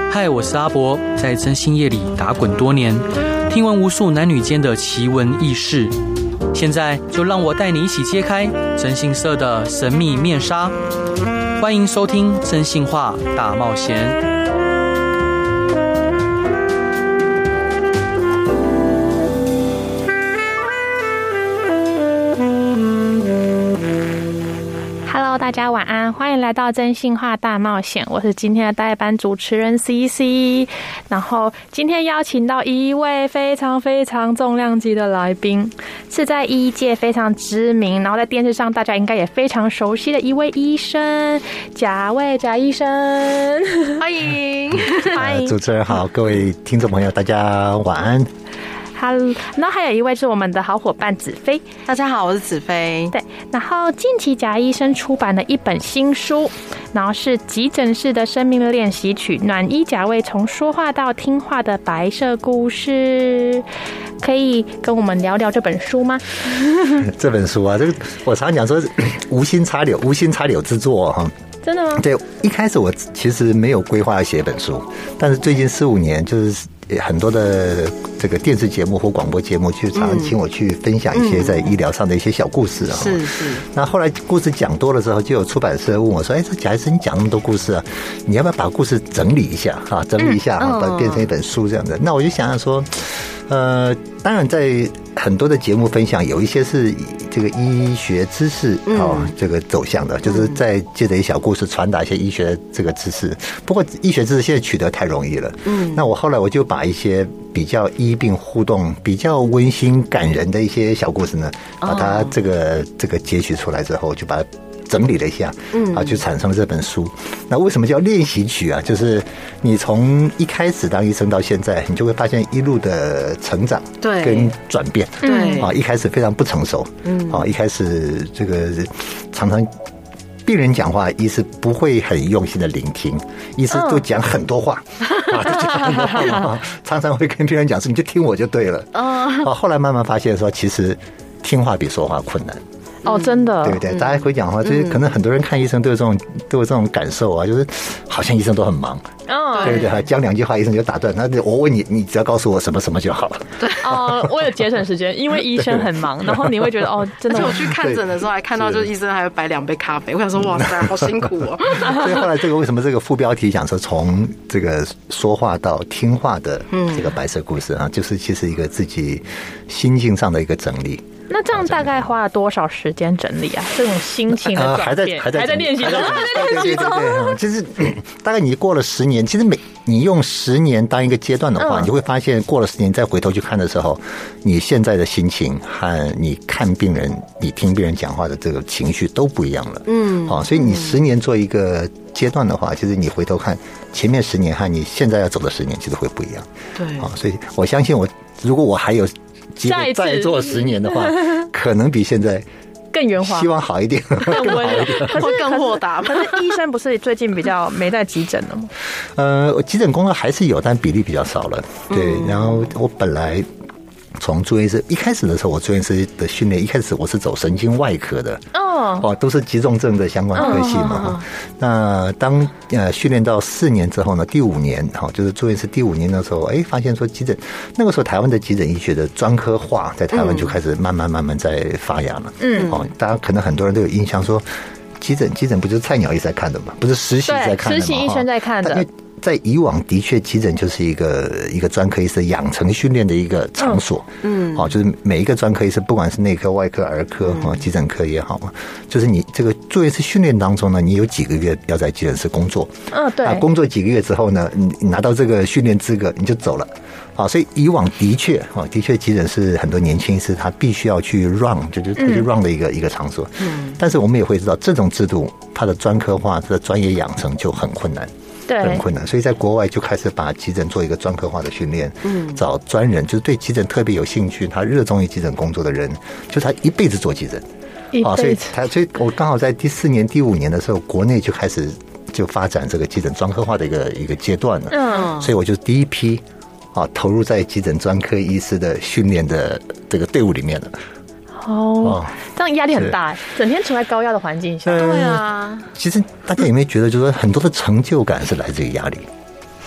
嗨，我是阿伯，在征信业里打滚多年，听闻无数男女间的奇闻异事。现在就让我带你一起揭开征信社的神秘面纱。欢迎收听《征信话大冒险》。 大家晚安，欢迎来到征信话大冒险，我是今天的代班主持人 CC。 然后今天邀请到一位非常非常重量级的来宾，是在医界非常知名，然后在电视上大家应该也非常熟悉的一位医生贾医生，欢迎欢迎。 主持人好，各位听众朋友大家晚安。 Hello， 然后还有一位是我们的好伙伴子飞， 大家好，我是子飞。 对，然后近期贾医生出版了一本新书，然后是急诊室的生命练习曲，暖医贾卫从说话到听话的白色故事，可以跟我们聊聊这本书吗？ 这本书啊，这个我常讲说无心插柳之作哈。 真的吗？ 对，一开始我其实没有规划要写本书，但是最近4-5年就是很多的这个电视节目或广播节目就常请我去分享一些在医疗上的一些小故事啊。 是。 那后来故事讲多了之后，就有出版社问我说：“哎，这贾医生你讲那么多故事啊，你要不要把故事整理一下啊？整理一下啊，把它变成一本书这样的？”那我就想想说，当然在很多的节目分享，有一些是以这个医学知识这个走向的，就是在借着一小故事传达一些医学这个知识。不过医学知识现在取得太容易了，那我后来我就把一些比较医病互动、比较温馨感人的一些小故事呢，把它这个截取出来之后，就把它整理了一下，就产生了这本书。那为什么叫练习曲啊？就是你从一开始当医生到现在，你就会发现一路的成长， 对， 跟转变， 对一开始非常不成熟，一开始这个常常病人讲话，医师不会很用心的聆听，医师都讲很多话，常常会跟病人讲说，你就听我就对了。后来慢慢发现说，其实听话比说话困难。 真的， 对不对？大家会讲话，就是可能很多人看医生都有这种感受啊，就是好像医生都很忙，对不对？讲2句话，医生就打断。那我问你，你只要告诉我什么什么就好了。 对为了节省时间，因为医生很忙，然后你会觉得真的。 我去看诊的时候还看到，就是医生还会摆2杯咖啡，我想说哇塞，好辛苦哦。 所以后来这个为什么这个副标题讲说从这个说话到听话的这个白色故事啊，就是其实一个自己心境上的一个整理。 那这样大概花了多少时间整理啊？这种心情的转变，还在练习中， 对，就是大概你过了10年，其实你用10年当一个阶段的话，你就会发现过了10年再回头去看的时候，你现在的心情和你看病人、你听病人讲话的这个情绪都不一样了。所以你10年做一个阶段的话，其实你回头看前面10年和你现在要走的10年，其实会不一样。 对， 所以我相信如果我还有机会再做10年的话，可能比现在更圆滑， 希望好一点， 更温柔， 会更豁达。 可是医生不是最近比较没在急诊了吗？ 急诊工作还是有，但比例比较少了。对，然后我本来从住院医师一开始的时候，我住院医师的训练一开始我是走神经外科的，都是急重症的相关科系嘛。那当训练到4年之后呢，第5年就是住院医师第5年的时候，发现说急诊那个时候台湾的急诊医学的专科化在台湾就开始慢慢在发芽了。大家可能很多人都有印象说，急诊不就是菜鸟医生在看的吗？不是实习在看的吗？ 实习医生在看的。 在以往的确急诊就是一个专科医师养成训练的一个场所。就是每一个专科医师，不管是内科、外科、儿科急诊科也好，就是你这个住院医师训练当中呢，你有几个月要在急诊室工作。对。工作几个月之后呢，你拿到这个训练资格，你就走了。所以以往的确急诊是很多年轻医师他必须要去 run， 就是去 run 的一个场所。但是我们也会知道，这种制度它的专科化、它的专业养成就很困难。很困难，所以在国外就开始把急诊做一个专科化的训练，找专人，就是对急诊特别有兴趣，他热衷于急诊工作的人，就他一辈子做急诊。所以我刚好在第4年、第5年的时候，国内就开始就发展这个急诊专科化的一个阶段了。所以我就第一批投入在急诊专科医师的训练的这个队伍里面了。 这样压力很大，整天处在高压的环境下。 对啊， 其实大家有没有觉得，就是说很多的成就感是来自于压力？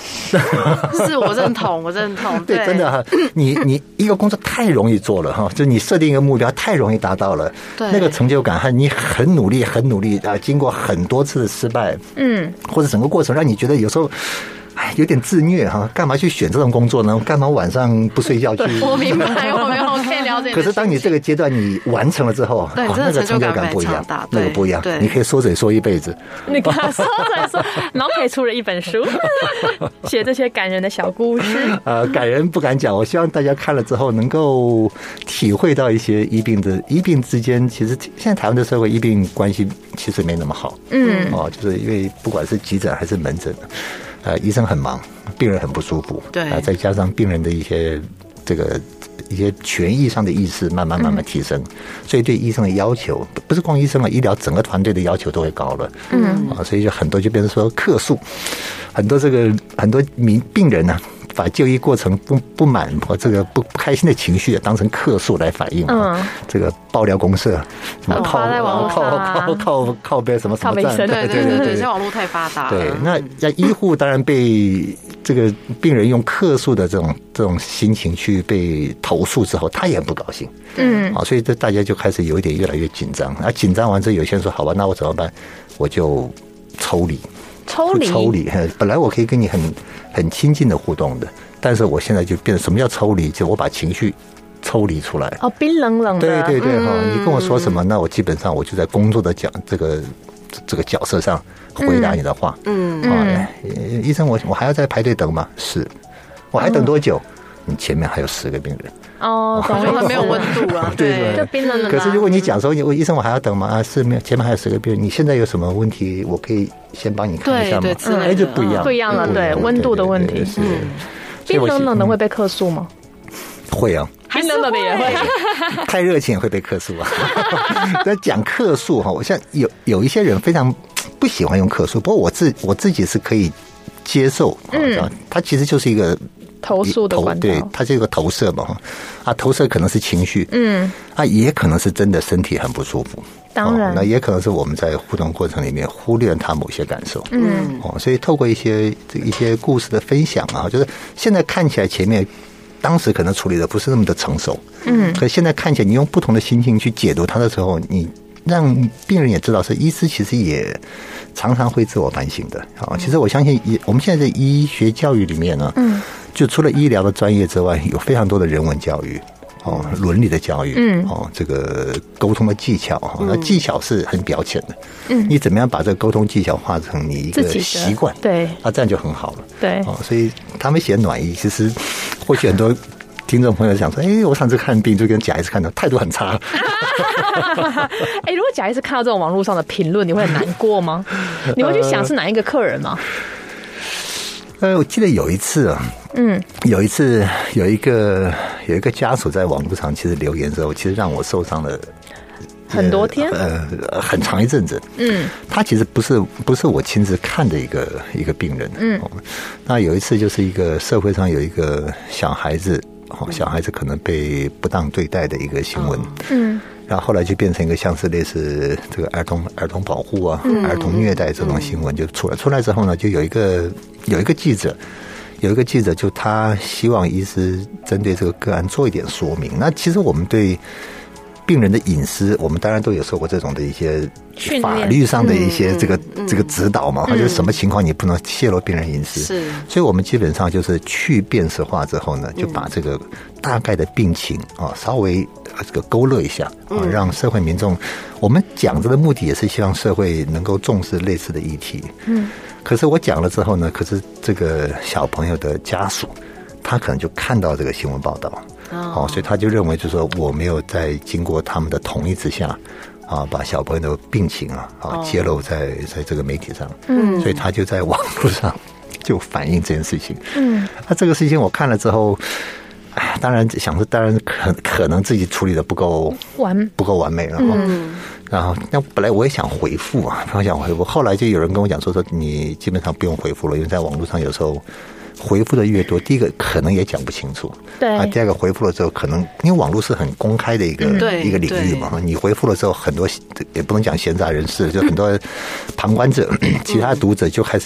是我认同， 对，真的哈，你一个工作太容易做了哈，就你设定一个目标太容易达到了， 对， 那个成就感和你很努力啊，经过很多次的失败，或者整个过程让你觉得有时候。有点自虐哈，干嘛去选这种工作呢？干嘛晚上不睡觉去？ 我明白，我可以了解。 可是当你这个阶段你完成了之后， 对， 那个成就感不一样，那个不一样，你可以说嘴说一辈子。 你跟他说嘴说，然后可以出了一本书，写这些感人的小故事。 感人不敢讲，我希望大家看了之后能够体会到一些医病之间，其实现在台湾的社会医病关系其实没那么好。就是因为不管是急诊还是门诊。医生很忙，病人很不舒服， 对， 再加上病人的一些权益上的意识慢慢提升，所以对医生的要求不是光医生了，医疗整个团队的要求都会高了，所以就很多就变成说客诉，很多病人呢。把就医过程不满或这个不开心的情绪当成客诉来反映，这个爆料公社，什么靠背什么站， 对，现在网络太发达了。 对，那医护当然被这个病人用客诉的这种心情去被投诉之后，他也很不高兴，所以这大家就开始有一点越来越紧张。紧张完之后，有些人说好吧，那我怎么办？我就抽离。本来我可以跟你很亲近的互动的，但是我现在就变成什么叫抽离？就我把情绪抽离出来。 冰冷冷的。 对你跟我说什么，那我基本上我就在工作的这个角色上回答你的话。医生，我还要再排队等吗？是，我还等多久？你前面还有10个病人。 很没有温度啊， 对， 就冰冷冷。 可是如果你讲说，医生我还要等吗？是没有，前面还有10个病人，你现在有什么问题，我可以先帮你看一下吗？就不一样了， 对，温度的问题。冰冷冷的会被客诉吗？ 会啊， 冰冷冷的也会。 太热情也会被客诉啊。在讲客诉哈，我像有一些人非常不喜欢用客诉，不过我自己是可以接受。它其实就是一个。 投诉的管道， 对，它是一个投射嘛，投射可能是情绪，也可能是真的身体很不舒服， 当然， 那也可能是我们在互动过程里面忽略了他某些感受，所以透过一些故事的分享啊，就是现在看起来前面当时可能处理的不是那么的成熟，可现在看起来你用不同的心情去解读它的时候，你让病人也知道是医师其实也常常会自我反省的。其实我相信我们现在的医学教育里面呢，就除了医疗的专业之外，有非常多的人文教育，伦理的教育，这个沟通的技巧，那技巧是很表浅的，你怎么样把这个沟通技巧化成你一个习惯， 对， 这样就很好了， 对， 所以他们写暖意，其实或许很多听众朋友想说，我上次看病就跟贾医师看的态度很差。 如果贾医师看到这种网络上的评论，你会很难过吗？你会去想是哪一个客人吗？ 我记得有一次啊，有一个家属在网络上其实留言之后，其实让我受伤了很多天， 很长一阵子。他其实不是我亲自看的一个病人。那有一次就是一个社会上有一个小孩子可能被不当对待的一个新闻。然后后来就变成一个像是类似这个儿童保护啊、儿童虐待这种新闻就出来之后呢，就有一个记者就他希望医师针对这个个案做一点说明。那其实我们对病人的隐私，我们当然都有受过这种的一些法律上的一些这个指导嘛，或者什么情况你不能泄露病人隐私。是，所以我们基本上就是去辨识化之后呢，就把这个大概的病情稍微这个勾勒一下让社会民众，我们讲这个目的也是希望社会能够重视类似的议题。可是我讲了之后呢，可是这个小朋友的家属他可能就看到这个新闻报道。所以他就认为就是说我没有在经过他们的同意之下把小朋友的病情揭露在这个媒体上。所以他就在网络上就反映这件事情。那这个事情我看了之后，当然可能自己处理的不够完美了。然后那本来我也想回复后来就有人跟我讲说你基本上不用回复了，因为在网络上有时候回复的越多，第一个可能也讲不清楚，对第二个回复了之后，可能因为网络是很公开的一个领域嘛，你回复了之后，很多也不能讲闲杂人士，就很多旁观者、其他读者就开始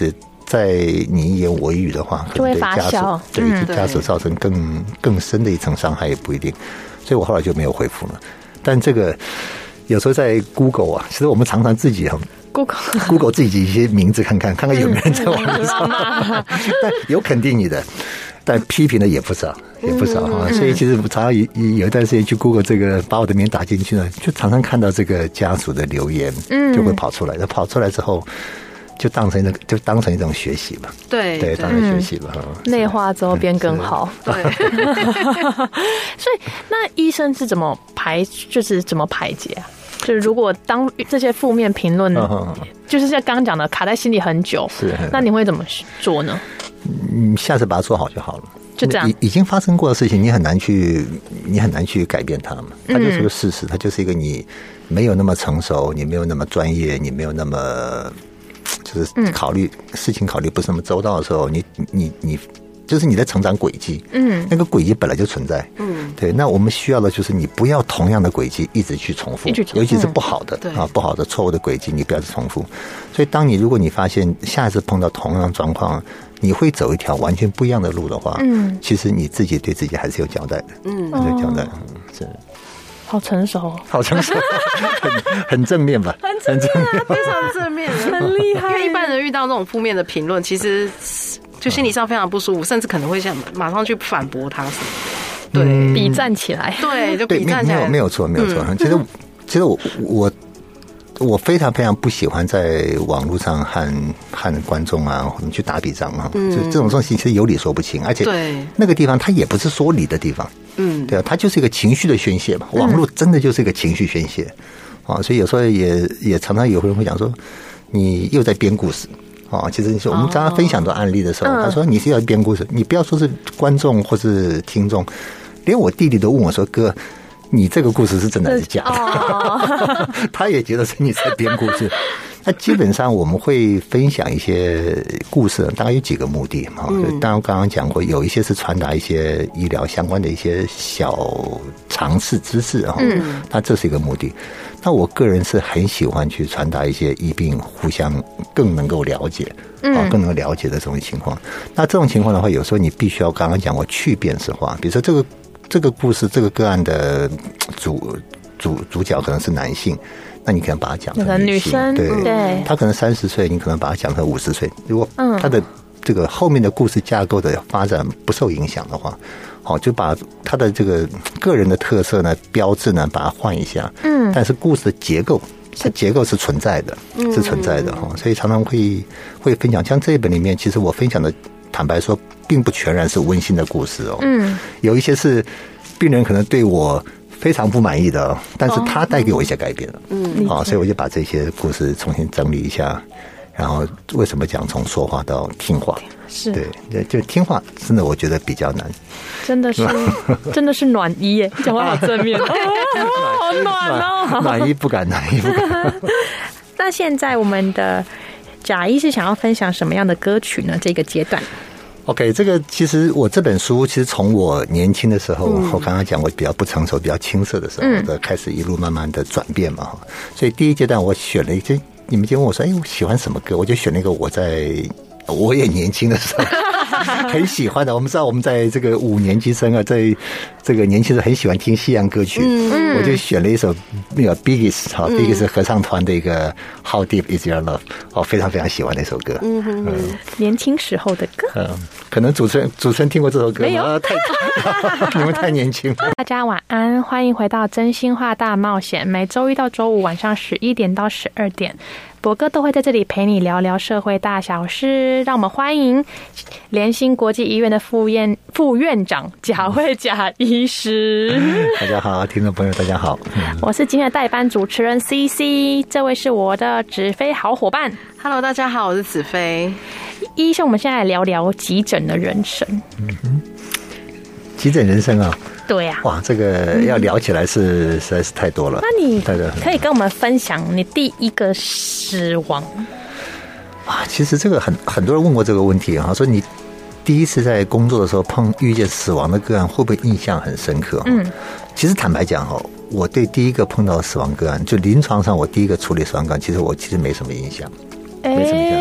在你一言我一语的话，可能对家属对家属造成更深的一层伤害也不一定，所以我后来就没有回复了。但这个有时候在 Google 啊，其实我们常常自己Google 自己一些名字看看有没有人在网络上，但有肯定你的，但批评的也不少哈。所以其实我常常有一段时间去 Google 这个，把我的名打进去呢，就常常看到这个家属的留言，就会跑出来。那跑出来之后，就当成一种学习吧。 对， 当成学习吧。 内化之后变更好。 对。 所以那医生是怎么怎么排解啊？就是如果当这些负面评论，就是像刚刚讲的卡在心里很久，那你会怎么做呢？ 下次把它做好就好了。 就这样， 已经发生过的事情，你很难去改变它嘛。它就是个事实，它就是一个你没有那么成熟，你没有那么专业，你没有那么就是事情考虑不是那么周到的时候，你就是你的成长轨迹，那个轨迹本来就存在，对。那我们需要的就是你不要同样的轨迹一直去重复，尤其是不好的不好的错误的轨迹，你不要去重复。所以如果你发现下一次碰到同样的状况，你会走一条完全不一样的路的话，其实你自己对自己还是有交代的，有交代，是。 好成熟， 很正面吧？ 很正面， 非常正面， 很厉害。 因为一般人遇到这种负面的评论，其实就心理上非常不舒服，甚至可能会想马上去反驳他什么。对， 比战起来， 对，就比战起来， 没有错。其实我非常非常不喜欢在网络上和观众啊，我们去打比仗啊，就这种东西其实有理说不清，而且那个地方它也不是说理的地方，对啊，它就是一个情绪的宣泄嘛，网络真的就是一个情绪宣泄啊，所以有时候也常常有人会讲说，你又在编故事啊。其实我们常常分享的案例的时候，他说你是要编故事，你不要说是观众或是听众，连我弟弟都问我说，哥，你这个故事是真的还是假的？他也觉得是你在编故事。那基本上我们会分享一些故事，大概有几个目的哈。当然刚刚讲过，有一些是传达一些医疗相关的一些小常识知识哈。那这是一个目的。那我个人是很喜欢去传达一些医病互相更能够了解更能够了解的这种情况。那这种情况的话，有时候你必须要刚刚讲过去辨识化，比如说这个故事这个个案的主角可能是男性，那你可能把它讲成女性，对，他可能30岁，你可能把它讲成50岁。如果他的这个后面的故事架构的发展不受影响的话，就把他的这个个人的特色呢、标志呢，把它换一下。但是故事的结构是存在的，是存在的哈。所以常常会分享，像这一本里面，其实我分享的，坦白说，并不全然是温馨的故事哦。有一些是病人可能对我非常不满意的，但是他带给我一些改变了。所以我就把这些故事重新整理一下。然后为什么讲从说话到听话？ 是对，就听话，真的我觉得比较难。 真的是暖医耶，讲话好正面，好暖哦， 暖医不敢。 那现在我们的贾医是想要分享什么样的歌曲呢？这个阶段。 OK， 这个其实我这本书，其实从我年轻的时候，我刚刚讲我比较不成熟、比较青涩的时候的开始，一路慢慢的转变嘛。所以第一阶段我选了一些，你们就问我说：“哎，我喜欢什么歌？”我就选那个我也年轻的时候很喜欢的。我们知道我们在这个5年级生啊，在这个年轻人很喜欢听西洋歌曲，我就选了一首那个 Biggs 合唱团的一个 How Deep Is Your Love， 非常非常喜欢那首歌。 年轻时候的歌。 可能主持人听过这首歌吗？ 没有， 你们太年轻。 大家晚安，欢迎回到真心话大冒险，每周一到周五晚上11点到12点。博哥都会在这里陪你聊聊社会大小事，让我们欢迎联心国际医院的副院长贾慧贾医师。 大家好，听众朋友大家好， 我是今天的代班主持人 CC， 这位是我的子飞好伙伴。 Hello， 大家好，我是子飞。 医生，我们现在来聊聊急诊的人生。 急诊人生啊。 对啊， 哇，这个要聊起来实在是太多了。 那你可以跟我们分享你第一个死亡啊？其实这个很多人问过这个问题啊，说你第一次在工作的时候遇见死亡的个案，会不会印象很深刻？其实坦白讲哈，我对第一个碰到死亡个案，就临床上我第一个处理死亡个案，我其实没什么印象，没什么印象。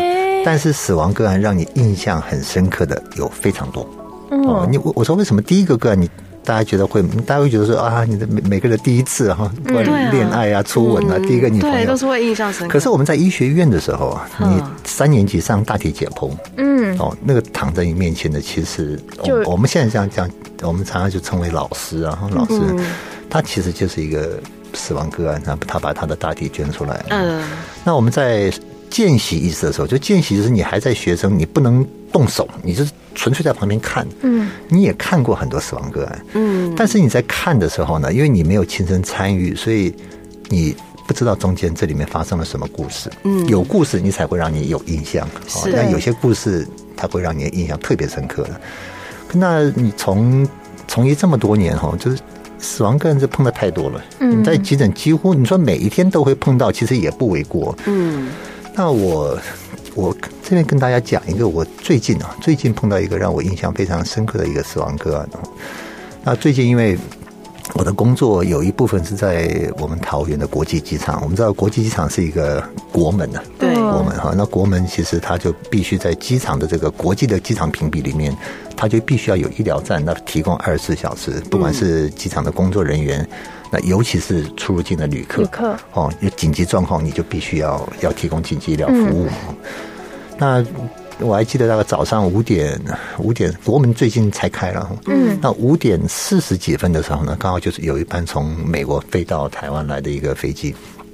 但是死亡个案让你印象很深刻的有非常多。我说为什么第一个个案大家会觉得说啊，你的每个人第一次哈，恋爱啊、初吻啊，第一个女朋友， 对，都是会印象深刻。 可是我们在医学院的时候啊，你3年级上大体解剖，那个躺在你面前的，其实我们现在这样讲，我们常常就称为老师啊，老师，他其实就是一个死亡个案，他把他的大体捐出来。那我们在见习医师的时候，就见习就是你还在学生，你不能动手，你就是纯粹在旁边看。你也看过很多死亡个案，但是你在看的时候呢，因为你没有亲身参与，所以你不知道中间这里面发生了什么故事。有故事你才会让你有印象。那有些故事它会让你的印象特别深刻的。那你从医这么多年就是死亡个案就碰得太多了。你在急诊几乎你说每一天都会碰到，其实也不为过。那我这边跟大家讲一个我最近碰到一个让我印象非常深刻的一个死亡个案。那最近因为我的工作有一部分是在我们桃园的国际机场，我们知道国际机场是一个国门的， 对， 国门哈。那国门其实它就必须在机场的这个国际的机场评比里面，它就必须要有医疗站，那提供24小时，不管是机场的工作人员。那尤其是出入境的旅客有紧急状况，你就必须要提供紧急医疗服务。那我还记得大概早上5点，国门最近才开了。那5点40几分的时候呢，刚好就是有一班从美国飞到台湾来的一个飞机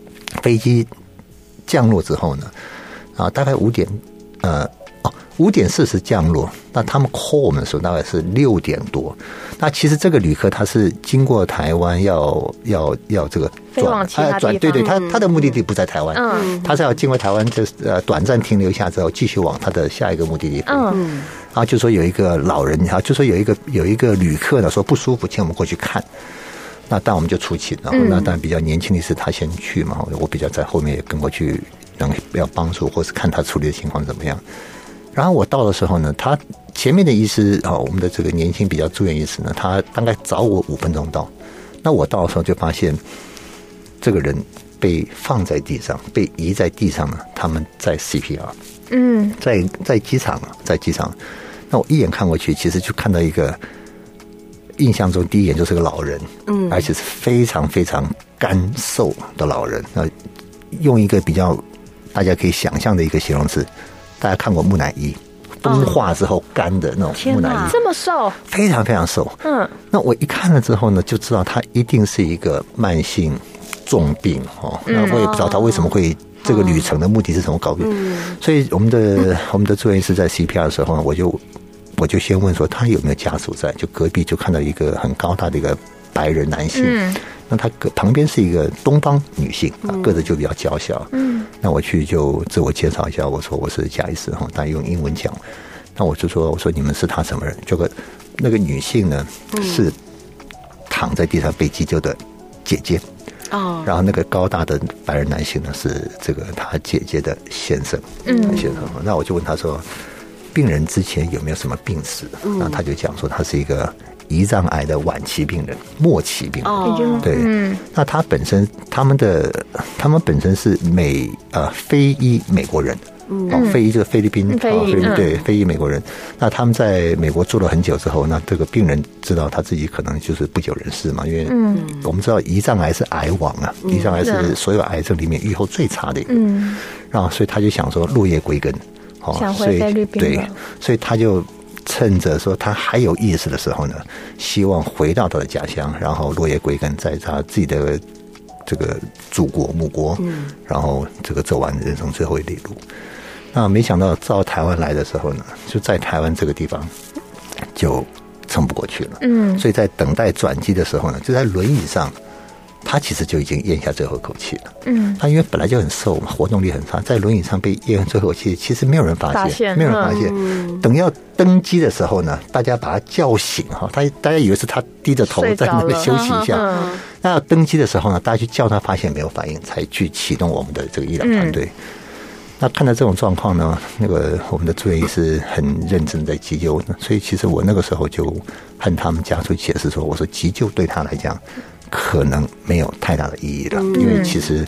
降落之后呢，大概5点40降落，那他们 call 我们的时候大概是6点多。那其实这个旅客他是经过台湾要这个飞往其他地方， 对，他的目的地不在台湾，他是要经过台湾短暂停留一下之后，继续往他的下一个目的地飞。然后就说有一个老人，就说有一个旅客呢说不舒服，请我们过去看。那当然我们就出勤了。那当然比较年轻的是他先去嘛，我比较在后面也跟过去，要帮助或是看他处理的情况怎么样。然后我到的时候呢，他前面的医师我们的这个年轻比较住院医师呢，他大概早我5分钟到。那我到的时候就发现这个人被放在地上，被移在地上呢，他们在 CPR。在机场。那我一眼看过去，其实就看到一个印象中第一眼就是个老人，而且是非常非常干瘦的老人。那用一个比较大家可以想象的一个形容词。大家看过木乃伊风化之后干的那种木乃伊， 这么瘦， 非常非常瘦。那我一看了之后呢，就知道他一定是一个慢性重病那我也不知道他为什么会这个旅程的目的是什么搞病。所以我们的住院医师在 CPR 的时候呢，我就先问说他有没有家属在，就隔壁就看到一个很高大的一个白人男性。那他旁边是一个东方女性，个子就比较娇小。那我去就自我介绍一下，我说我是贾医师，大家用英文讲。那我就说，我说你们是他什么人？这个那个女性呢，是躺在地上被急救的姐姐。然后那个高大的白人男性呢，是这个他姐姐的先生。那我就问他说，病人之前有没有什么病史？那他就讲说，他是一个胰脏癌的晚期病人，末期病人。对，那他们本身是非裔美国人。非裔就是菲律宾，对，非裔美国人。那他们在美国住了很久之后，那这个病人知道他自己可能就是不久人世嘛，因为我们知道胰脏癌是癌王啊，胰脏癌是所有癌症里面预后最差的一个。然后所以他就想说落叶归根， 想回菲律宾。 对，所以他就趁着说他还有意识的时候呢，希望回到他的家乡，然后落叶归根，在他自己的这个祖国母国，然后这个走完人生最后一里路。那没想到到台湾来的时候呢，就在台湾这个地方就撑不过去了。所以在等待转机的时候呢，就在轮椅上，他其实就已经咽下最后一口气了。他因为本来就很瘦嘛，活动力很差，在轮椅上被咽最后一口气，其实没有人发现，没有人发现。等要登机的时候呢，大家把他叫醒大家以为是他低着头在那边休息一下。那要登机的时候呢，大家去叫他，发现没有反应，才去启动我们的这个医疗团队。那看到这种状况呢，我们的住院医师很认真在急救，所以其实我那个时候就和他们家属解释说，我说急救对他来讲可能没有太大的意义了，因为其实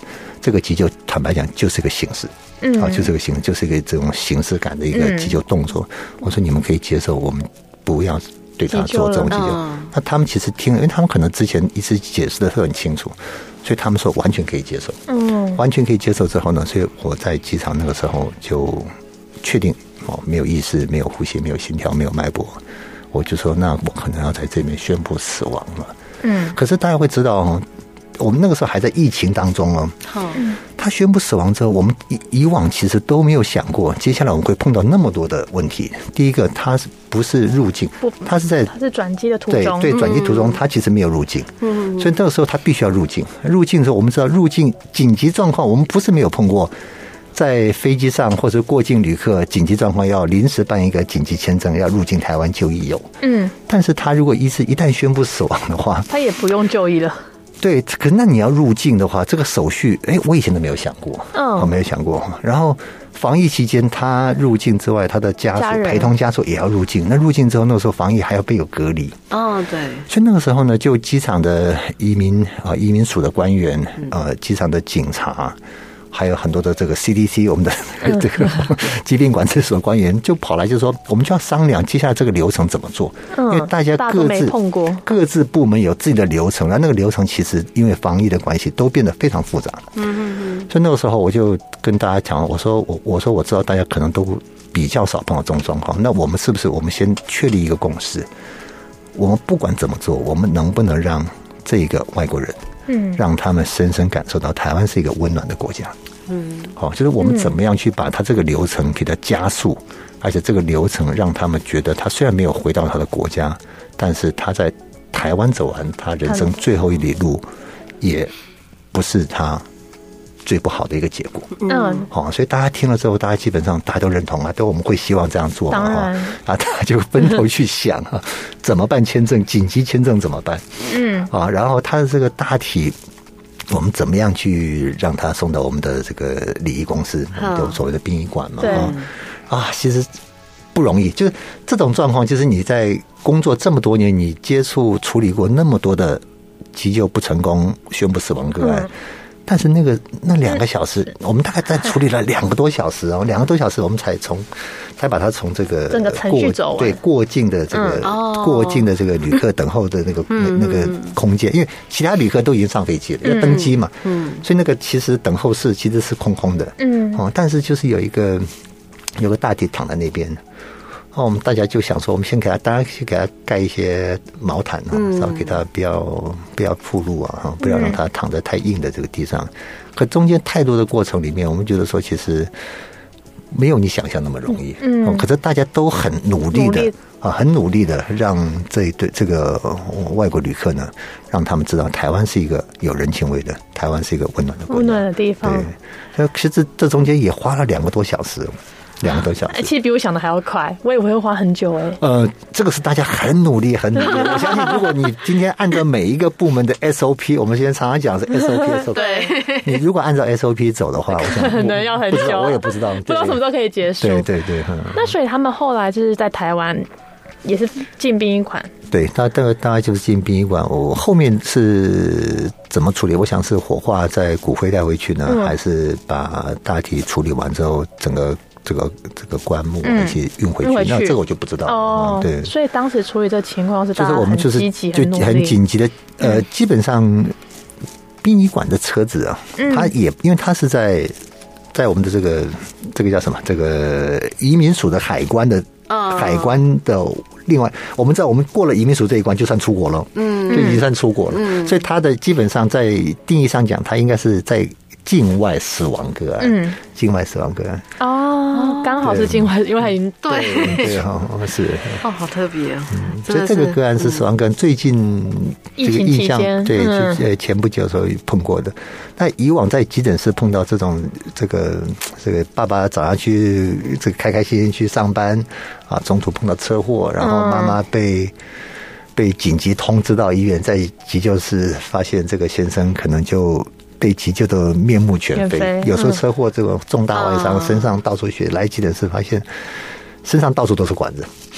这个急救坦白讲就是个形式，就是个形式，就是一个这种形式感的一个急救动作。我说你们可以接受，我们不要对他做这种急救。那他们其实听了，因为他们可能之前一直解释的会很清楚，所以他们说完全可以接受。完全可以接受之后呢，所以我在机场那个时候就确定没有意识，没有呼吸，没有心跳，没有脉搏，我就说那我可能要在这边宣布死亡了。可是大家会知道，我们那个时候还在疫情当中哦。他宣布死亡之后，我们以往其实都没有想过，接下来我们会碰到那么多的问题。第一个，他不是入境，他是转机的途中， 对，转机途中他其实没有入境，所以那个时候他必须要入境。入境的时候，我们知道入境紧急状况，我们不是没有碰过。在飞机上或者过境旅客紧急状况要临时办一个紧急签证要入境台湾就医有，但是他如果一旦宣布死亡的话， 他也不用就医了。 对，可是那你要入境的话，这个手续，我以前都没有想过，我没有想过。然后防疫期间，他入境之外，他的家属陪同家属也要入境。那入境之后，那个时候防疫还要被有隔离。 对。 所以那个时候呢，就机场的移民署的官员，机场的警察。还有很多的这个 CDC 我们的这个疾病管制所官员就跑来就说，我们就要商量接下来这个流程怎么做，因为大家各自部门有自己的流程，那个流程其实因为防疫的关系都变得非常复杂。所以那个时候我就跟大家讲，我说我知道大家可能都比较少碰到这种状况，那我们是不是我们先确立一个共识，我们不管怎么做，我们能不能让这一个外国人让他们深深感受到台湾是一个温暖的国家。就是我们怎么样去把他这个流程给他加速，而且这个流程让他们觉得他虽然没有回到他的国家，但是他在台湾走完他人生最后一里路，也不是他最不好的一个结果。所以大家听了之后，大家基本上大家都认同啊，都我们会希望这样做嘛，大家就分头去想怎么办签证，紧急签证怎么办？然后他的这个大体。我们怎么样去让他送到我们的这个礼仪公司，就所谓的殡仪馆嘛？其实不容易。就是这种状况，就是你在工作这么多年，你接触处理过那么多的急救不成功、宣布死亡个案，但是那2个小时，我们大概在处理了2个多小时，2个多小时我们才把它从这个整个程序走完， 过境的这个过境的这个旅客等候的那个空间，因为其他旅客都已经上飞机了，要登机嘛，所以那个其实等候室其实是空空的，但是就是有个大体躺在那边。我们大家就想说，我们先给他，当然去给他盖一些毛毯然后给他不要铺路啊，不要让他躺在太硬的这个地上。可中间太多的过程里面，我们觉得说，其实没有你想象那么容易。可是大家都很努力的让这个外国旅客呢，让他们知道台湾是一个有人情味的，台湾是一个温暖的地方。 对，其实这中间也花了2个多小时。2个多小时， 其实比我想的还要快，我以为会花很久这个是大家很努力。我相信，如果你今天按照每一个部门的 SOP， 我们现在常常讲是 SOP， 对， 你如果按照 SOP 走的话，我想可能要很久， 我也不知道， 不知道什么时候可以结束。 对。 那所以他们后来就是在台湾也是进殡仪馆。 对，大概就是进殡仪馆。我后面是怎么处理？我想是火化在骨灰带回去呢，还是把大体处理完之后，整个这个棺木一起运回去？那这个我就不知道。对， 所以当时处理这情况是大家很积极、 很紧急的。基本上殡仪馆的车子啊，它也因为它是在我们的这个叫什么？这个移民署的海关的另外，我们知道我们过了移民署这一关就算出国了，就已经算出国了。所以它的基本上在定义上讲，它应该是在境外死亡个案，境外死亡个案。 刚好是境外，因为它已经对是好特别啊！ 所以这个个案是死亡个案，最近这个印象对，前不久的时候碰过的。那以往在急诊室碰到这个爸爸早上去这个开开心心去上班啊，中途碰到车祸，然后妈妈被紧急通知到医院，在急救室发现这个先生可能就被急救的面目全非。有时候车祸这种重大外伤，身上到处血，来急诊室发现身上到处都是管子，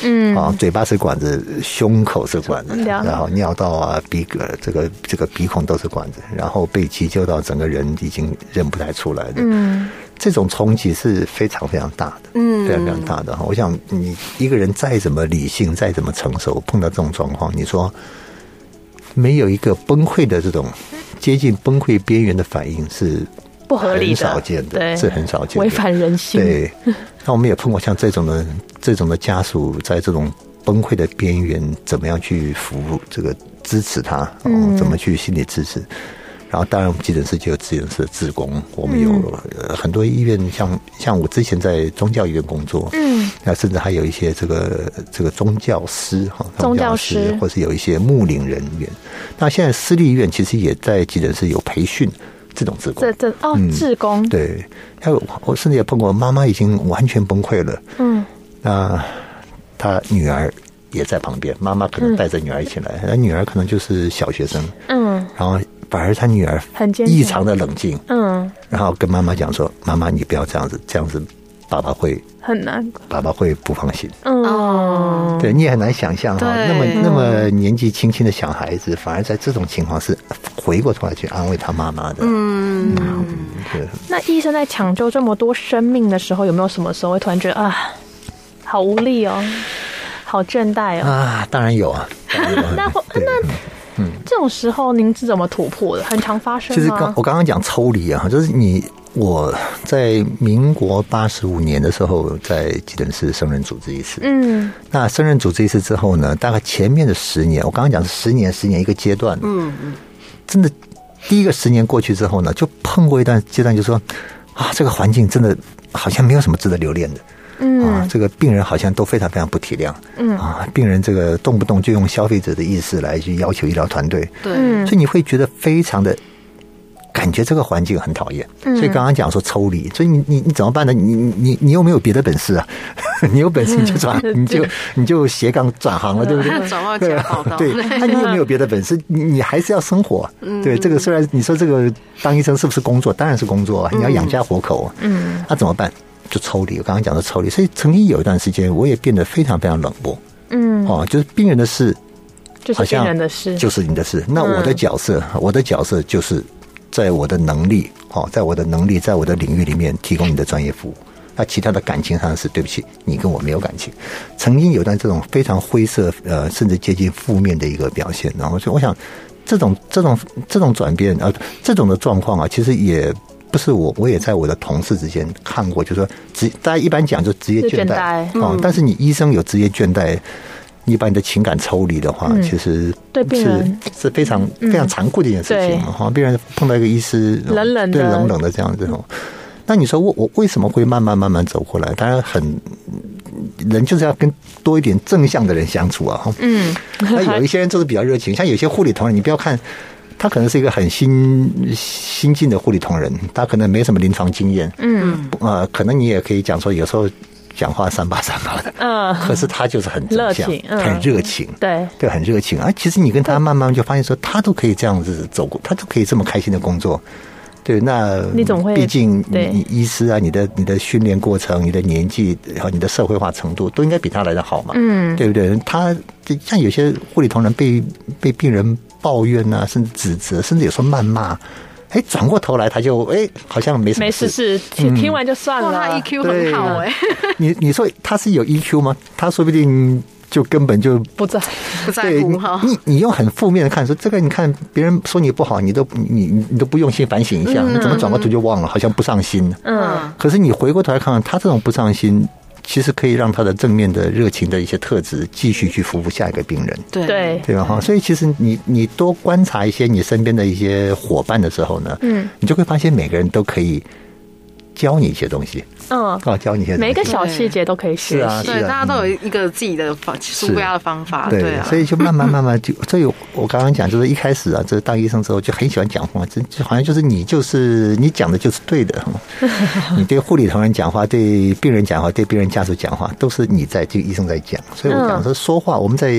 嘴巴是管子，胸口是管子，然后尿道啊、这个鼻孔都是管子，然后被急救到整个人已经认不太出来的。这种冲击是非常非常大的，非常非常大的。我想你一个人再怎么理性，再怎么成熟，碰到这种状况，你说没有一个崩溃的这种接近崩溃边缘的反应是不合理的， 很少见的，是很少见的， 违反人性。 对，那我们也碰过像这种的家属，在这种崩溃的边缘，怎么样去服务这个支持他，怎么去心理支持。然后当然我们急诊室就有急诊室的志工，我们有很多医院，像我之前在宗教医院工作，那甚至还有一些这个宗教师或是有一些牧灵人员。那现在私立医院其实也在急诊室有培训这种志工，志工，对，还有我甚至也碰过妈妈已经完全崩溃了，那她女儿也在旁边，妈妈可能带着女儿一起来，那女儿可能就是小学生，然后反而他女儿异常的冷静，然后跟妈妈讲说：“妈妈，你不要这样子，这样子爸爸会很难， 爸爸会不放心。”对，你也很难想象哈，那么年纪轻轻的小孩子，反而在这种情况是回过头来去安慰他妈妈的。对。 那医生在抢救这么多生命的时候，有没有什么时候会突然觉得好无力哦，好倦怠哦？ 当然有啊。 那这种时候您是怎么突破的？很常发生吗？ 就是我刚刚讲抽离啊，就是我在民国85年的时候在急诊室升任主治医师。那升任主治医师之后呢，大概前面的10年，我刚刚讲是10年一个阶段。真的第一个10年过去之后呢，就碰过一段阶段，就说这个环境真的好像没有什么值得留恋的。这个病人好像都非常非常不体谅。病人这个动不动就用消费者的意识来去要求医疗团队。 对， 所以你会觉得非常的感觉这个环境很讨厌。所以刚刚讲说抽离，所以你怎么办呢？你又没有别的本事啊，你有本事你就你就斜杠转行了，对不对？ 转换角跑道。 对，那你又没有别的本事，你还是要生活。对，这个虽然你说这个当医生是不是工作？当然是工作啊，你要养家活口。那怎么办？就抽离，我刚刚讲的抽离，所以曾经有一段时间，我也变得非常非常冷漠。就是病人的事， 就是病人的事， 就是你的事。那我的角色就是在我的能力，在我的领域里面提供你的专业服务。那其他的感情上的事，对不起，你跟我没有感情。曾经有一段这种非常灰色，甚至接近负面的一个表现。然后，所以我想，这种转变，这种的状况啊，其实也不是我也在我的同事之间看过，就是说大家一般讲就职业倦怠，但是你医生有职业倦怠，你把你的情感抽离的话，其实对病人是非常非常残酷的一件事情。病人碰到一个医师冷冷的这样子。那你说我为什么会慢慢走过来？当然人就是要跟多一点正向的人相处啊。那有一些人就是比较热情，像有些护理同仁，你不要看他可能是一个很新进的护理同仁，他可能没什么临床经验。可能你也可以讲说，有时候讲话3把3把的。可是他就是很正向，很热情。对，很热情。其实你跟他慢慢就发现说，他都可以这样子走过，他都可以这么开心的工作。对，那你总会， 毕竟你医师啊，你的训练过程、你的年纪和你的社会化程度，都应该比他来得好嘛。对不对？他像有些护理同仁被病人抱怨啊，甚至指责，甚至有时候谩骂，转过头来他就好像没什么事， 听完就算了。 他 EQ 很好你说他是有 EQ 吗？他说不定就根本就不在乎哈。 你用很负面的看说这个，你看别人说你不好，你都不用心反省一下，你怎么转过头就忘了，好像不上心。可是你回过头来看看他这种不上心，其实可以让他的正面的热情的一些特质继续去服务下一个病人。 对吧？所以其实你多观察一些你身边的一些伙伴的时候呢，你就会发现每个人都可以教你一些东西。教你一些东西， 每一个小细节都可以学习。 对，大家都有一个自己的舒压的方法。对啊， 所以就慢慢就，所以我刚刚讲，就是一开始啊，这当医生之后就很喜欢讲话，就好像就是你讲的就是对的。你对护理同仁讲话，对病人讲话，对病人家属讲话，都是这个医生在讲。所以我讲说话，我们在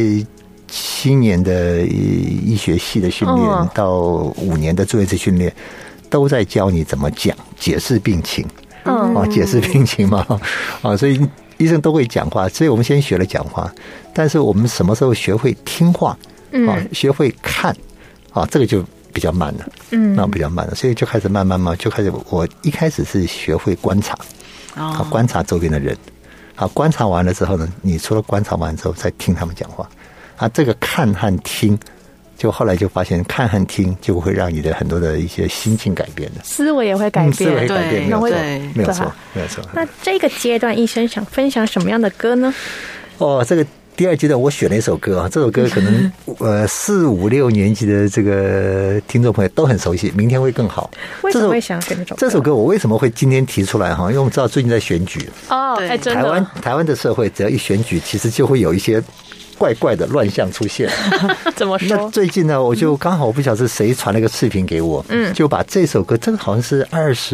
7年的医学系的训练到5年的住院式训练，都在教你怎么讲，解释病情。解释病情嘛。所以医生都会讲话，所以我们先学了讲话，但是我们什么时候学会听话？学会看这个就比较慢了，那比较慢了，所以就开始慢慢就开始。我一开始是学会观察，观察周边的人，观察完了之后呢，你除了观察完之后，再听他们讲话，这个看和听。就后来就发现，看和听就会让你的很多的一些心境改变的， 思维也会改变， 思维改变，没有错。 那这个阶段，医生想分享什么样的歌呢？ 这个第二阶段我选了一首歌啊，这首歌可能4、5、6年级的这个听众朋友都很熟悉，明天会更好。 为什么会想选这首歌？我为什么会今天提出来哈？因为我们知道最近在选举真的， 台湾的社会只要一选举，其实就会有一些怪怪的乱象出现。 怎么说？ 那最近呢，我就刚好我不晓得是谁传了个视频给我，就把这首歌，这个好像是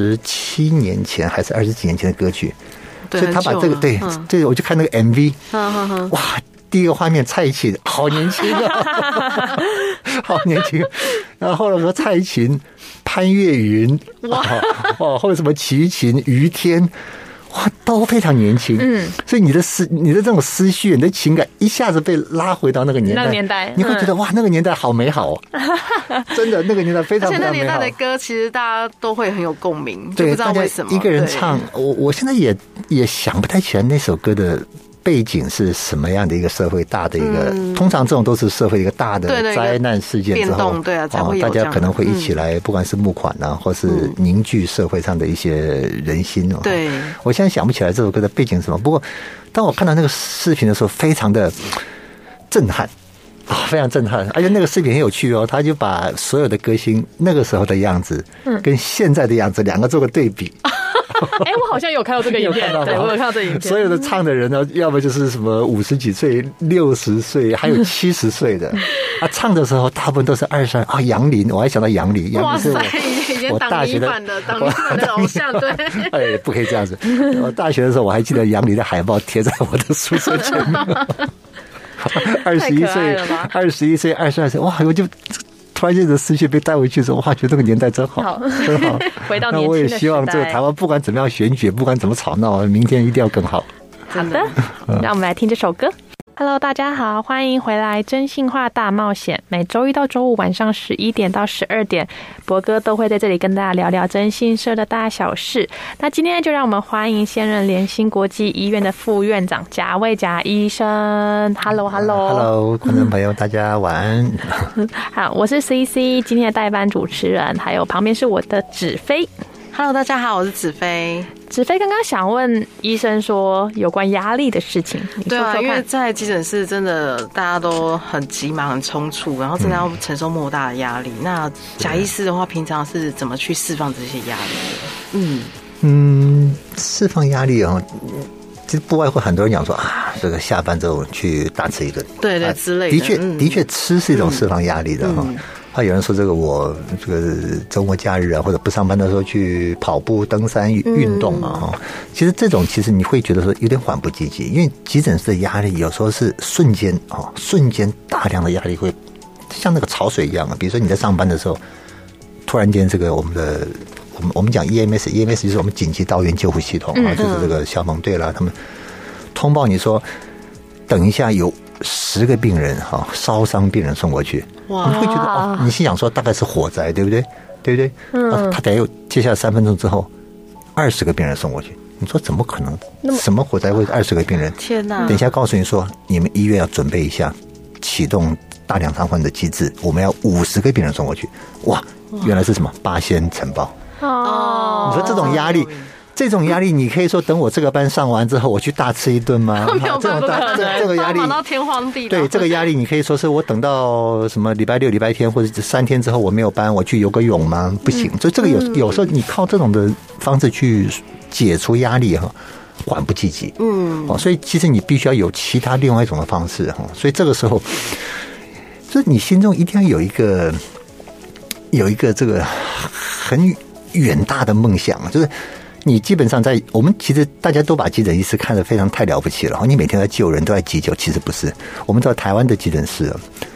27年前还是20几年前的歌曲，所以他把这个对，我就看那个 MV， 哇，第一个画面蔡依琴好年轻啊，好年轻。然后后来我说蔡依琴、潘越云，或者什么齐秦、于天。哇，都非常年轻，所以你的这种思绪、你的情感一下子被拉回到那个年代，你会觉得哇，那个年代好美好真的，那个年代非常非常美好。 而且那年代的歌，其实大家都会很有共鸣，就不知道为什么一个人唱，我现在也想不太起来那首歌的背景是什么样的一个社会大的一个，通常这种都是社会一个大的灾难事件之后， 才会有大家可能会一起来，不管是募款啊，或是凝聚社会上的一些人心。 对， 我现在想不起来这首歌的背景是什么。不过，当我看到那个视频的时候，非常的震撼。非常震撼，而且那个视频很有趣他就把所有的歌星那个时候的样子，跟现在的样子两个做个对比。 我好像有看到这个影片，对，我有看到这个影片。 所有的唱的人呢，要么就是什么50几岁、60岁，还有70岁的。唱的时候大部分都是22杨林，我还想到杨林， 哇塞，我大学的偶像，对， 不可以这样子。我大学的时候，我还记得杨林的海报贴在我的宿舍前面。21岁、22岁，哇！我就突然间的思绪被带回去的时候，哇，觉得那个年代真好，真好。 回到年轻的时代。那我也希望这个台湾不管怎么样选举，不管怎么吵闹，明天一定要更好。 好的，让我们来听这首歌。Hello， 大家好，欢迎回来《真心话大冒险》。每周一到周五晚上11点到12点，博哥都会在这里跟大家聊聊征信社的大小事。那今天就让我们欢迎现任联心国际医院的副院长贾卫贾医生。Hello， 观众朋友，大家晚安。 好，我是 CC 今天的代班主持人，还有旁边是我的子飞。 Hello， 大家好，我是子飞。 子飞刚刚想问医生说有关压力的事情， 对啊，因为在急诊室真的大家都很急忙、很冲突，然后真的要承受莫大的压力。那贾医师的话，平常是怎么去释放这些压力的？ 释放压力其实不外乎很多人讲说这个下班之后去大吃一顿， 对之类的。 的确，吃是一种释放压力的有人说我这个周末假日或者不上班的时候去跑步、登山、运动嘛其实这种其实你会觉得说有点缓不济急，因为急诊室的压力有时候是瞬间大量的压力会像那个潮水一样比如说你在上班的时候，突然间这个我们讲 EMS 就是我们紧急到院救护系统就是这个消防队啦，他们通报你说等一下有10个病人烧伤病人送过去，你会觉得你心想说大概是火灾，对不对？他等下接下来3分钟之后20个病人送过去，你说怎么可能？什么火灾会20个病人？ 天哪！ 等一下告诉你说你们医院要准备一下，启动大量偿还的机制，我们要50个病人送过去。哇，原来是什么8仙城堡你说这种压力。这种压力，你可以说等我这个班上完之后，我去大吃一顿吗？这个压力， 忙到天荒地老。 对，这个压力，你可以说是我等到什么礼拜6、礼拜天或者3天之后我没有班，我去游个泳吗？不行。所以这个有时候你靠这种的方式去解除压力缓不济急。所以其实你必须要有其他另外一种的方式所以这个时候，就是你心中一定要有一个这个很远大的梦想，就是。你基本上我们其实大家都把急诊医师看得非常太了不起了，你每天在救人都在急救，其实不是。我们知道台湾的急诊室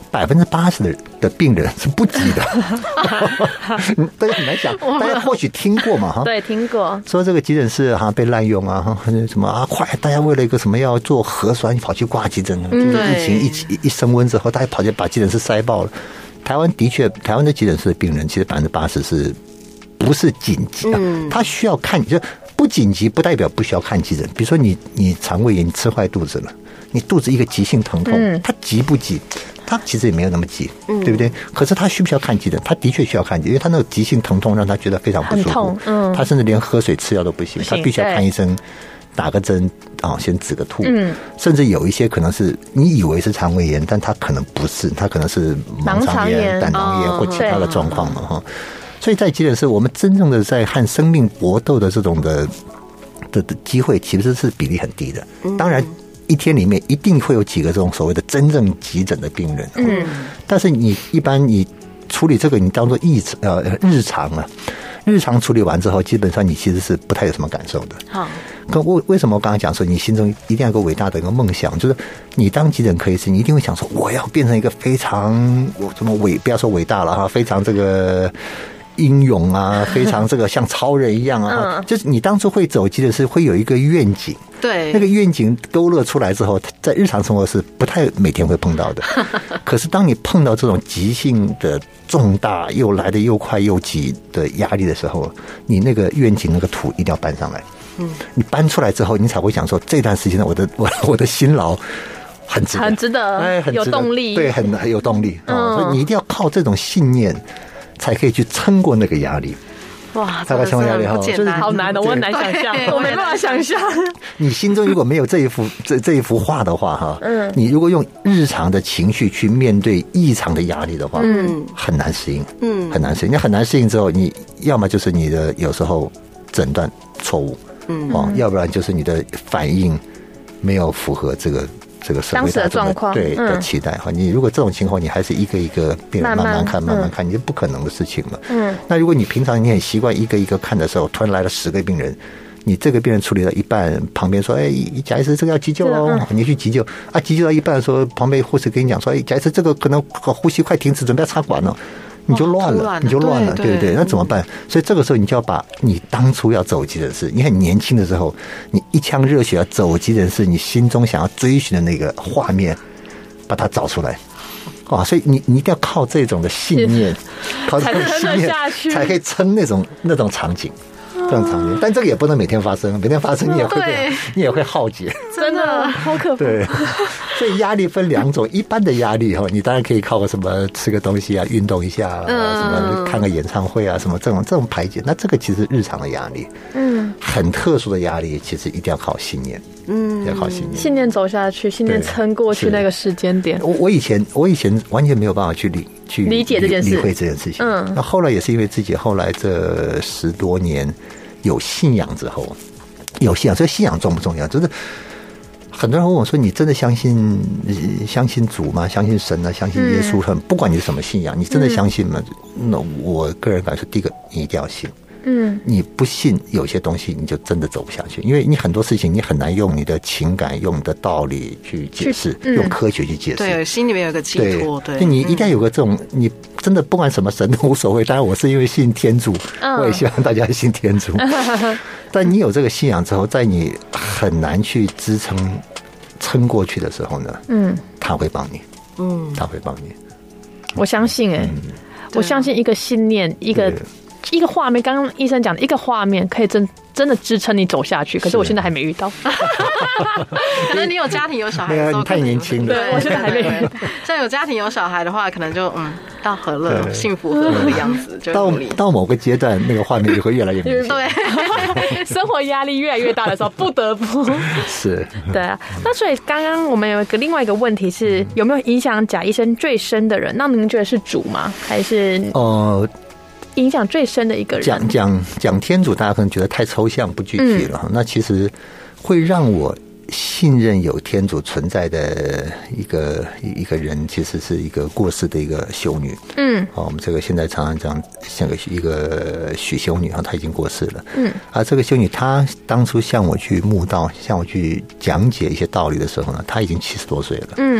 80%的病人是不急的，大家很难想，大家或许听过嘛哈？ 对，听过。 说这个急诊室被滥用啊，什么快，大家为了一个什么要做核酸，跑去挂急诊，就是疫情一升温之后，大家跑去把急诊室塞爆了。台湾的急诊室的病人，其实80%是不是紧急啊？他需要看，就不紧急不代表不需要看急诊。比如说你肠胃炎，你吃坏肚子了，你肚子一个急性疼痛，它急不急？他其实也没有那么急，对不对？可是他需不需要看急诊？他的确需要看急诊，因为他那个急性疼痛让他觉得非常不舒服，他甚至连喝水吃药都不行，他必须要看医生，打个针先止个吐，甚至有一些可能是你以为是肠胃炎，但他可能不是，他可能是盲肠炎、胆囊炎或其他的状况嘛哈。所以在急诊室，我们真正的在和生命搏斗的这种的机会，其实是比例很低的。当然。一天里面一定会有几个这种所谓的真正急诊的病人，但是你一般你处理这个，你当做日常啊，日常处理完之后，基本上你其实是不太有什么感受的。好，为什么我刚刚讲说你心中一定要有个伟大的一个梦想，就是你当急诊科医师，你一定会想说我要变成一个非常不要说伟大了哈，非常这个。英勇啊，非常这个像超人一样啊，就是你当初会走急诊室会有一个愿景， 对， 那个愿景勾勒出来之后，在日常生活是不太每天会碰到的。可是当你碰到这种急性的重大又来得又快又急的压力的时候，你那个愿景那个图一定要搬上来。你搬出来之后，你才会想说这段时间我的辛劳很值得， 有动力， 对，很有动力。所以你一定要靠这种信念。才可以去撑过那个压力。 哇， 大概撑过压力哈， 就是好难的，我很难想象，我没办法想象。 你心中如果没有这一幅画的话哈，你如果用日常的情绪去面对异常的压力的话，很难适应，很难适应。你很难适应之后，你要么就是你的有时候诊断错误，要不然就是你的反应没有符合这个社会大众的期待哈，你如果这种情况，你还是一个一个病人慢慢看，你就不可能的事情了。那如果你平常你很习惯一个一个看的时候，突然来了10个病人，你这个病人处理到一半，旁边说：“哎，贾医师，这个要急救喽！”你去急救啊，急救到一半的时候，旁边护士跟你讲说：“哎，贾医师，这个可能呼吸快停止，准备要插管了。”你就乱了，对不对？那怎么办？所以这个时候你就要把你当初要走急诊室，你很年轻的时候，你一腔热血要走急诊室，你心中想要追寻的那个画面，把它找出来。所以你一定要靠这种的信念，靠这种信念才可以撑那种场景。这种场景，但这个也不能每天发生，每天发生你也会耗竭， 真的好可怕。 对，所以压力分2种，一般的压力你当然可以靠个什么吃个东西啊，运动一下什么看个演唱会啊，什么这种排解。那这个其实日常的压力，很特殊的压力，其实一定要靠信念，要靠信念走下去，信念撑过去那个时间点。 我以前完全没有办法去理解这件事， 理会这件事情。那后来也是因为自己后来这10多年。有信仰之后，所以信仰重不重要？就是很多人问我说：“你真的相信主吗？相信神啊？相信耶稣？不管你是什么信仰，你真的相信吗？”那我个人感受，第一个你一定要信。你不信有些东西，你就真的走不下去，因为你很多事情你很难用你的情感、用你的道理去解释，用科学去解释。 对，心里面有个寄托。对， 你一定要有个这种，你真的不管什么神都无所谓。当然，我是因为信天主，我也希望大家信天主。但你有这个信仰之后，在你很难去撑过去的时候呢，他会帮你，他会帮你。 我相信，我相信一个信念，一个画面，刚刚医生讲的一个画面，可以真的支撑你走下去。可是我现在还没遇到， 可能你有家庭有小孩的时候， 你太年轻了。 对，我现在还没遇到。 像有家庭有小孩的话，可能就到和乐、幸福和乐的样子，就到某个阶段，那个画面就会越来越明显。 对，生活压力越来越大的时候，不得不是。 对啊，那所以刚刚我们有另外一个问题是，有没有影响贾医生最深的人？那您觉得是主吗？还是影响最深的一个人？ 讲天主，大家可能觉得太抽象不具体了。那其实会让我信任有天主存在的一个人，其实是一个过世的一个修女。我们这个现在常常讲像一个许修女，她已经过世了。这个修女她当初向我去慕道，向我去讲解一些道理的时候呢，她已经70多岁了。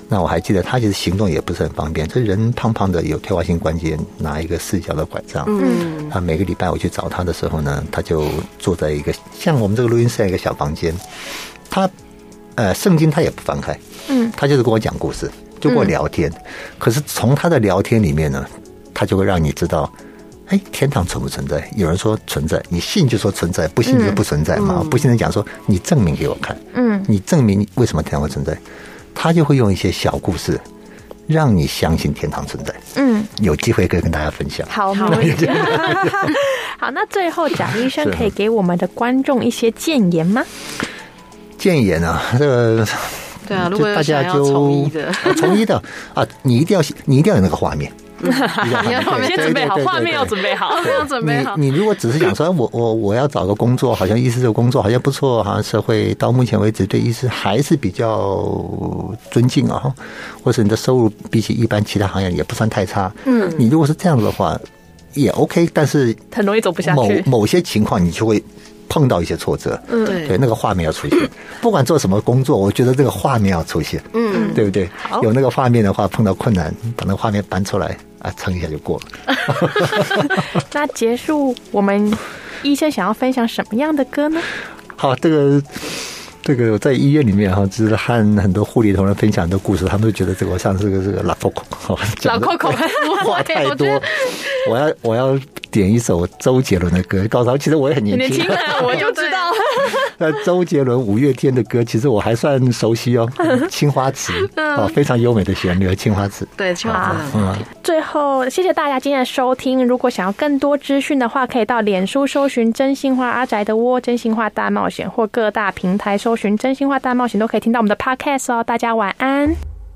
那我还记得他其实行动也不是很方便，这人胖胖的，有退化性关节，拿一个4脚的拐杖。他每个礼拜我去找他的时候呢，他就坐在一个像我们这个录音室一个小房间，他圣经他也不翻开，他就是跟我讲故事，就跟我聊天。可是从他的聊天里面呢，他就会让你知道，天堂存不存在？有人说存在，你信就说存在，不信就不存在嘛。不信的讲说，你证明给我看，你证明为什么天堂会存在？他就会用一些小故事，让你相信天堂存在。有机会可以跟大家分享。 好，好，那最后贾医生可以给我们的观众一些建言吗？ 建言啊，这个对啊，如果大家就从医的啊，你一定要有那个画面。 你要先准备好，画面要准备好，要准备好。 你如果只是想说，我要找个工作，好像医师这个工作好像不错，好像社会到目前为止对医师还是比较尊敬啊，或者你的收入比起一般其他行业也不算太差。你如果是这样的话也 OK， 但是很容易走不下去。 某些情况你就会碰到一些挫折，对，那个画面要出现。不管做什么工作，我觉得这个画面要出现，对不对？有那个画面的话，碰到困难，把那个画面搬出来啊，撑一下就过了。 那结束，我们医生想要分享什么样的歌呢？ 好，这个我在医院里面哈，就是和很多护理同仁分享很多故事，他们都觉得这个像是这个老 Coco， 老 Coco 话太多。我要点一首周杰伦的歌，告诉他，其实我也很年轻， 我就知道。 周杰伦、五月天的歌，其实我还算熟悉哦。青花瓷非常优美的旋律，青花瓷。 对，青花瓷。 最后，谢谢大家今天的收听。如果想要更多资讯的话，可以到脸书搜寻真心话阿宅的窝、真心话大冒险，或各大平台搜寻真心话大冒险，都可以听到我们的 podcast 哦。大家晚安。